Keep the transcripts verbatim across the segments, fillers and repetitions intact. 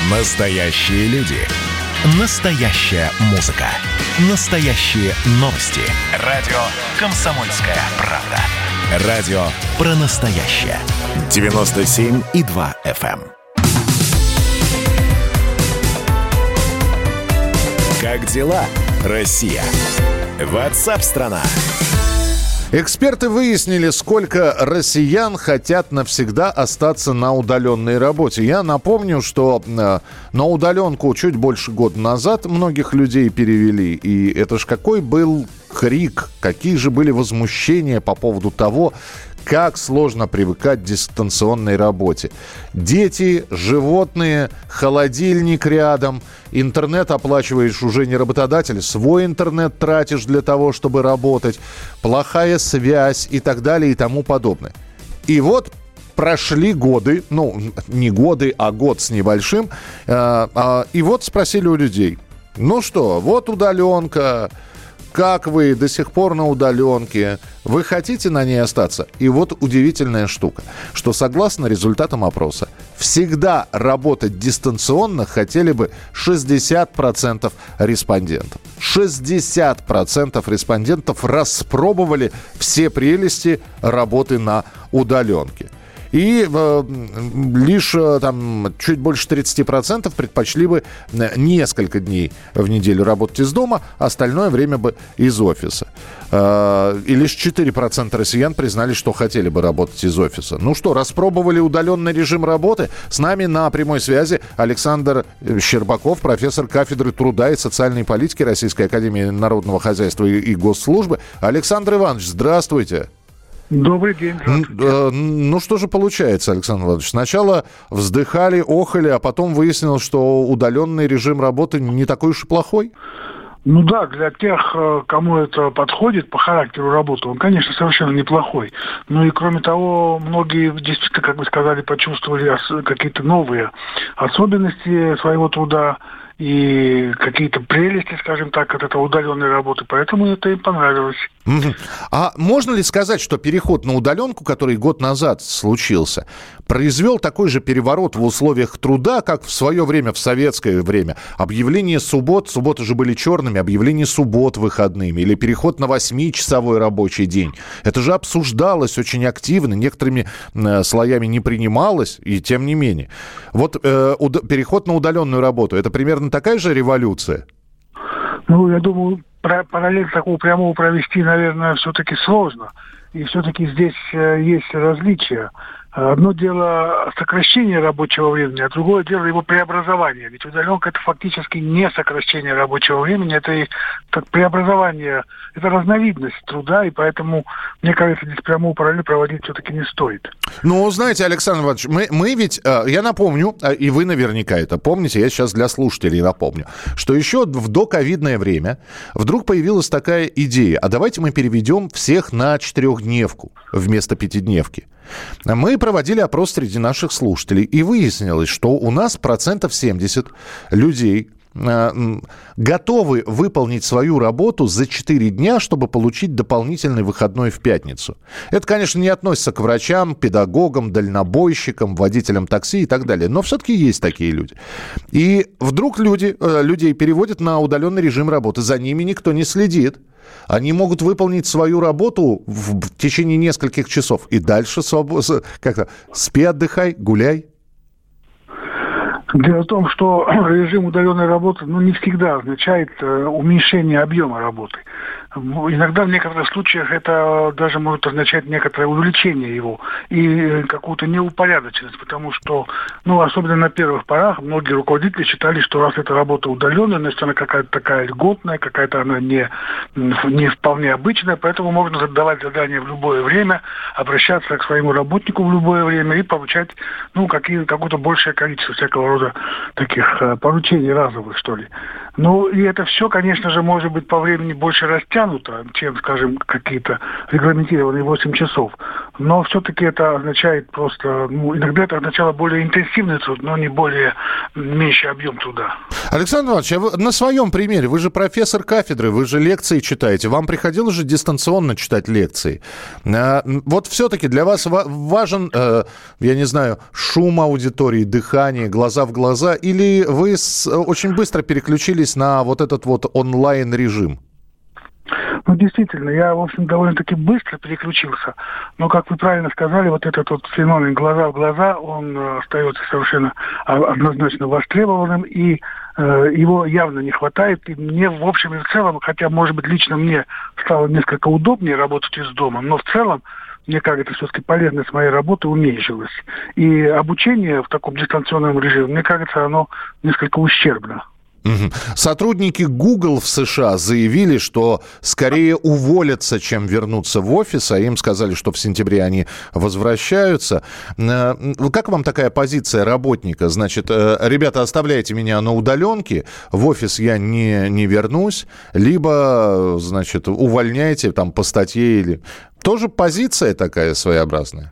Настоящие люди. Настоящая музыка. Настоящие новости. Радио «Комсомольская правда». Радио про настоящее. девяносто семь и два эф эм. Как дела, Россия? Ватсап-страна! Эксперты выяснили, сколько россиян хотят навсегда остаться на удаленной работе. Я напомню, что э, на удаленку чуть больше года назад многих людей перевели. И это ж какой был крик, какие же были возмущения по поводу того, как сложно привыкать к дистанционной работе. Дети, животные, холодильник рядом, интернет оплачиваешь уже не работодатель, свой интернет тратишь для того, чтобы работать, плохая связь и так далее и тому подобное. И вот прошли годы, ну, не годы, а год с небольшим, э, э, и вот спросили у людей, ну что, вот удаленка. Как вы до сих пор на удаленке? Вы хотите на ней остаться? И вот удивительная штука, что согласно результатам опроса, всегда работать дистанционно хотели бы шестьдесят процентов респондентов. шестьдесят процентов респондентов распробовали все прелести работы на удаленке. И э, лишь э, там, чуть больше тридцать процентов предпочли бы несколько дней в неделю работать из дома, остальное время бы из офиса. Э, и лишь четыре процента россиян признали, что хотели бы работать из офиса. Ну что, распробовали удаленный режим работы? С нами на прямой связи Александр Щербаков, профессор кафедры труда и социальной политики Российской академии народного хозяйства и, и госслужбы. Александр Иванович, здравствуйте. Добрый день. Ну, что же получается, Александр Иванович? Сначала вздыхали, охали, а потом выяснилось, что удаленный режим работы не такой уж и плохой? Ну да, для тех, кому это подходит по характеру работы, он, конечно, совершенно неплохой. Ну и кроме того, многие действительно, как вы сказали, почувствовали какие-то новые особенности своего труда и какие-то прелести, скажем так, от этой удаленной работы. Поэтому это им понравилось. Mm-hmm. А можно ли сказать, что переход на удаленку, который год назад случился, произвел такой же переворот в условиях труда, как в свое время, в советское время? Объявление суббот, субботы же были черными, объявление суббот выходными, или переход на восьмичасовой рабочий день. Это же обсуждалось очень активно, некоторыми э, слоями не принималось, и тем не менее. Вот э, уд- переход на удаленную работу, это примерно такая же революция? Ну, я думаю, параллель такого прямого провести, наверное, все-таки сложно. И все-таки здесь есть различия. Одно дело сокращение рабочего времени, а другое дело его преобразование. Ведь удаленка – это фактически не сокращение рабочего времени, это и как преобразование, это разновидность труда, и поэтому, мне кажется, здесь прямую параллель проводить все-таки не стоит. Ну, знаете, Александр Иванович, мы, мы ведь, я напомню, и вы наверняка это помните, я сейчас для слушателей напомню, что еще в доковидное время вдруг появилась такая идея, а давайте мы переведем всех на четырехдневку вместо пятидневки. Мы проводили опрос среди наших слушателей, и выяснилось, что у нас процентов семьдесят людей э, готовы выполнить свою работу за четыре дня, чтобы получить дополнительный выходной в пятницу. Это, конечно, не относится к врачам, педагогам, дальнобойщикам, водителям такси и так далее, но все-таки есть такие люди. И вдруг люди, э, людей переводят на удаленный режим работы, за ними никто не следит. Они могут выполнить свою работу в, в течение нескольких часов. И дальше свобод... как-то спи, отдыхай, гуляй. Дело в том, что режим удаленной работы ну, не всегда означает э, уменьшение объема работы. Иногда в некоторых случаях это даже может означать некоторое увеличение его и какую-то неупорядоченность, потому что, ну, особенно на первых порах, многие руководители считали, что раз эта работа удаленная, значит, она какая-то такая льготная, какая-то она не, не вполне обычная, поэтому можно задавать задания в любое время, обращаться к своему работнику в любое время и получать, ну, какие, какое-то большее количество всякого рода таких поручений разовых, что ли. Ну, и это все, конечно же, может быть по времени больше растянуто, растянуто, чем, скажем, какие-то регламентированные восемь часов. Но все-таки это означает просто, ну, иногда это означало более интенсивный труд, но не более, меньший объем труда. Александр Иванович, а вы на своем примере, вы же профессор кафедры, вы же лекции читаете, вам приходилось же дистанционно читать лекции. Вот все-таки для вас важен, я не знаю, шум аудитории, дыхание, глаза в глаза, или вы очень быстро переключились на вот этот вот онлайн-режим? Ну, действительно, я, в общем, довольно-таки быстро переключился. Но, как вы правильно сказали, вот этот вот феномен глаза в глаза, он э, остается совершенно однозначно востребованным, и э, его явно не хватает. И мне, в общем и в целом, хотя, может быть, лично мне стало несколько удобнее работать из дома, но в целом, мне кажется, все-таки полезность моей работы уменьшилась. И обучение в таком дистанционном режиме, мне кажется, оно несколько ущербно. Сотрудники Google в США заявили, что скорее уволятся, чем вернутся в офис, а им сказали, что в сентябре они возвращаются. Как вам такая позиция работника? Значит, ребята, оставляйте меня на удаленке, в офис я не, не вернусь, либо, значит, увольняйте там по статье или... Тоже позиция такая своеобразная?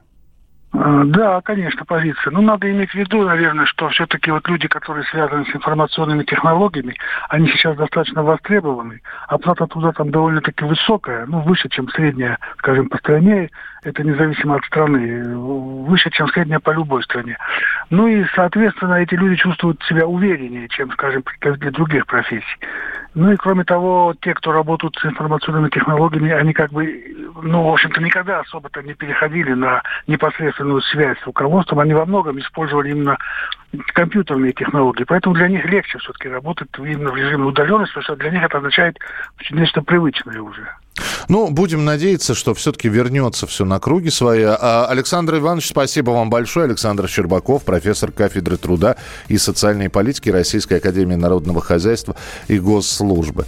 Да, конечно, позиция. Но надо иметь в виду, наверное, что все-таки вот люди, которые связаны с информационными технологиями, они сейчас достаточно востребованы. Оплата труда там довольно-таки высокая, ну, выше, чем средняя, скажем, по стране. Это независимо от страны. Выше, чем средняя по любой стране. Ну и, соответственно, эти люди чувствуют себя увереннее, чем, скажем, представители других профессий. Ну и, кроме того, те, кто работают с информационными технологиями, они как бы, ну, в общем-то, никогда особо-то не переходили на непосредственную связь с руководством. Они во многом использовали именно компьютерные технологии. Поэтому для них легче все-таки работать именно в режиме удаленности, потому что для них это означает нечто привычное уже. Ну, будем надеяться, что все-таки вернется все на круги свои. А, Александр Иванович, спасибо вам большое. Александр Щербаков, профессор кафедры труда и социальной политики Российской академии народного хозяйства и госслужбы.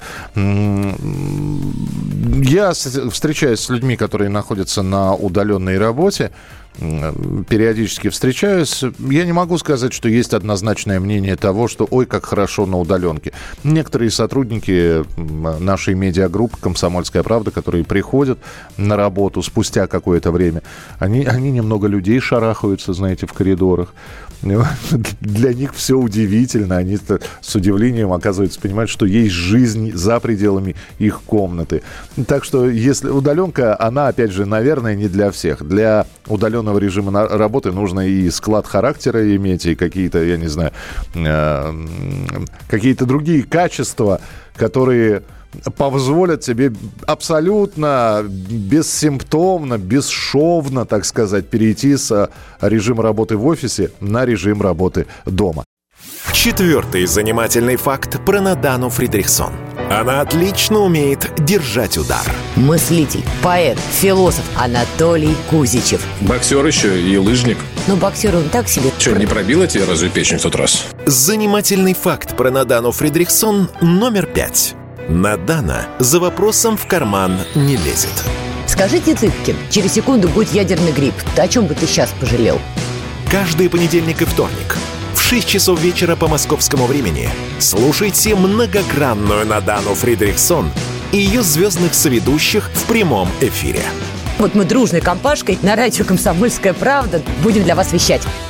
Я встречаюсь с людьми, которые находятся на удаленной работе. Периодически встречаюсь. Я не могу сказать, что есть однозначное мнение того, что ой, как хорошо на удаленке. Некоторые сотрудники нашей медиагруппы «Комсомольская правда», которые приходят на работу спустя какое-то время, они, они немного людей шарахаются, знаете, в коридорах. Для них все удивительно. Они с удивлением, оказывается, понимают, что есть жизнь за пределами их комнаты. Так что, если удаленка, она, опять же, наверное, не для всех. Для удаленного режима работы нужно и склад характера иметь, и какие-то, я не знаю, какие-то другие качества, которые позволят тебе абсолютно бессимптомно, бесшовно, так сказать, перейти с режима работы в офисе на режим работы дома. Четвертый занимательный факт про Надану Фридрихсон. Она отлично умеет держать удар. Мыслитель, поэт, философ Анатолий Кузичев. Боксер еще и лыжник. Ну, боксер он так себе. Че, не пробила тебе разве печень в тот раз? Занимательный факт про Надану Фридрихсон номер пять. Надана за вопросом в карман не лезет. Скажите, Цыпкин, через секунду будет ядерный грипп. Ты о чем бы ты сейчас пожалел? Каждый понедельник и вторник в шесть часов вечера по московскому времени слушайте многогранную Надану Фридрихсон и ее звездных соведущих в прямом эфире. Вот мы дружной компашкой на радио «Комсомольская правда» будем для вас вещать.